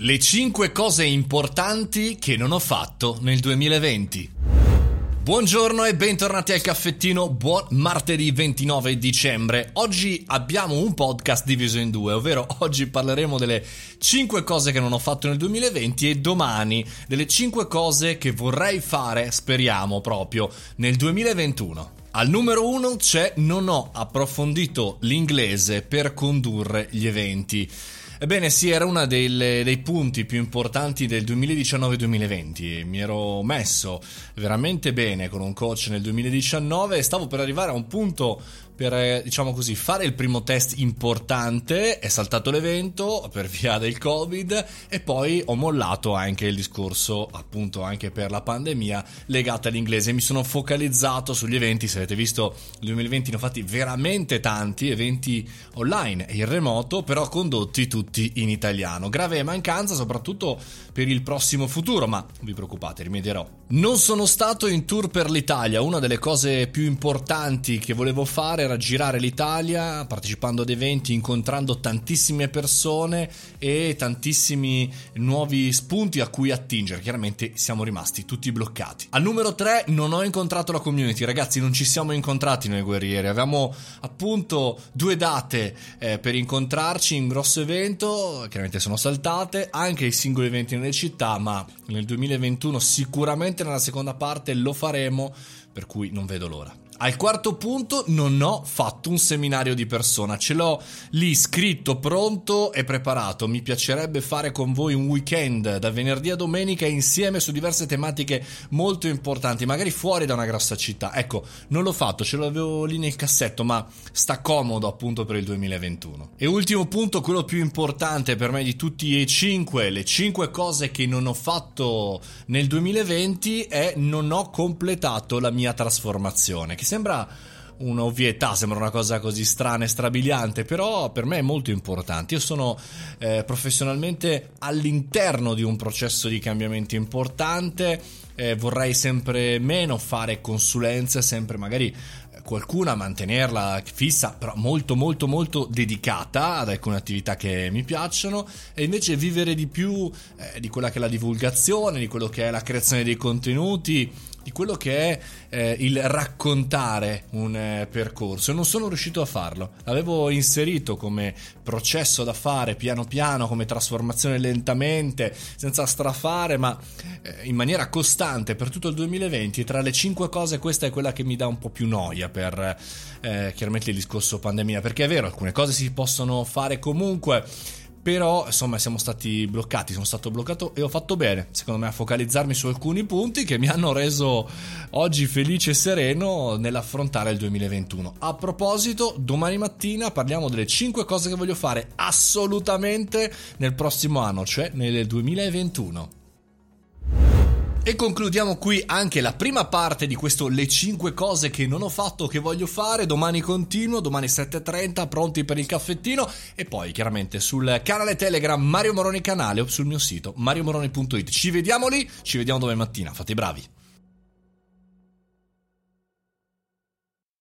Le 5 cose importanti che non ho fatto nel 2020. Buongiorno e bentornati al caffettino, buon martedì 29 dicembre. Oggi abbiamo un podcast diviso in due, ovvero oggi parleremo delle 5 cose che non ho fatto nel 2020 e domani delle 5 cose che vorrei fare, speriamo proprio, nel 2021. Al numero 1 c'è non ho approfondito l'inglese per condurre gli eventi. Ebbene sì, era uno dei punti più importanti del 2019-2020. Mi ero messo veramente bene con un coach nel 2019 e stavo per arrivare a un punto per, diciamo così, fare il primo test importante. È saltato l'evento per via del Covid e poi ho mollato anche il discorso, appunto, anche per la pandemia legata all'inglese. Mi sono focalizzato sugli eventi. Se avete visto, nel 2020 ne ho fatti veramente tanti, eventi online e in remoto, però condotti tutti in italiano. Grave mancanza soprattutto per il prossimo futuro, ma non vi preoccupate, rimedierò. Non sono stato in tour per l'Italia. Una delle cose più importanti che volevo fare era girare l'Italia partecipando ad eventi, incontrando tantissime persone e tantissimi nuovi spunti a cui attingere. Chiaramente siamo rimasti tutti bloccati. Al numero 3 non ho incontrato la community. Ragazzi, non ci siamo incontrati noi guerrieri. Avevamo appunto 2 date per incontrarci in grosso evento, chiaramente sono saltate, anche i singoli eventi nelle città, ma nel 2021 sicuramente nella seconda parte lo faremo, per cui non vedo l'ora. Al quarto punto non ho fatto un seminario di persona, ce l'ho lì scritto, pronto e preparato. Mi piacerebbe fare con voi un weekend da venerdì a domenica insieme su diverse tematiche molto importanti, magari fuori da una grossa città. Ecco, non l'ho fatto, ce l'avevo lì nel cassetto, ma sta comodo appunto per il 2021. E ultimo punto, quello più importante per me di tutti e 5, le 5 cose che non ho fatto nel 2020 è non ho completato la mia trasformazione, che sembra un'ovvietà, sembra una cosa così strana e strabiliante, però per me è molto importante. Io sono professionalmente all'interno di un processo di cambiamento importante, vorrei sempre meno fare consulenze, sempre magari qualcuna mantenerla fissa, però molto molto molto dedicata ad alcune attività che mi piacciono, e invece vivere di più di quella che è la divulgazione, di quello che è la creazione dei contenuti, di quello che è il raccontare un percorso. Non sono riuscito a farlo. L'avevo inserito come processo da fare piano piano, come trasformazione lentamente, senza strafare, ma in maniera costante per tutto il 2020. Tra le 5 cose questa è quella che mi dà un po' più noia per chiaramente il discorso pandemia, perché è vero, alcune cose si possono fare comunque, però insomma siamo stati bloccati, sono stato bloccato e ho fatto bene secondo me a focalizzarmi su alcuni punti che mi hanno reso oggi felice e sereno nell'affrontare il 2021. A proposito, domani mattina parliamo delle 5 cose che voglio fare assolutamente nel prossimo anno, cioè nel 2021. E concludiamo qui anche la prima parte di questo le 5 cose che non ho fatto, che voglio fare. Domani continuo, domani 7:30, pronti per il caffettino, e poi chiaramente sul canale Telegram Mario Moroni Canale o sul mio sito mariomoroni.it. Ci vediamo lì, ci vediamo domani mattina, fate i bravi.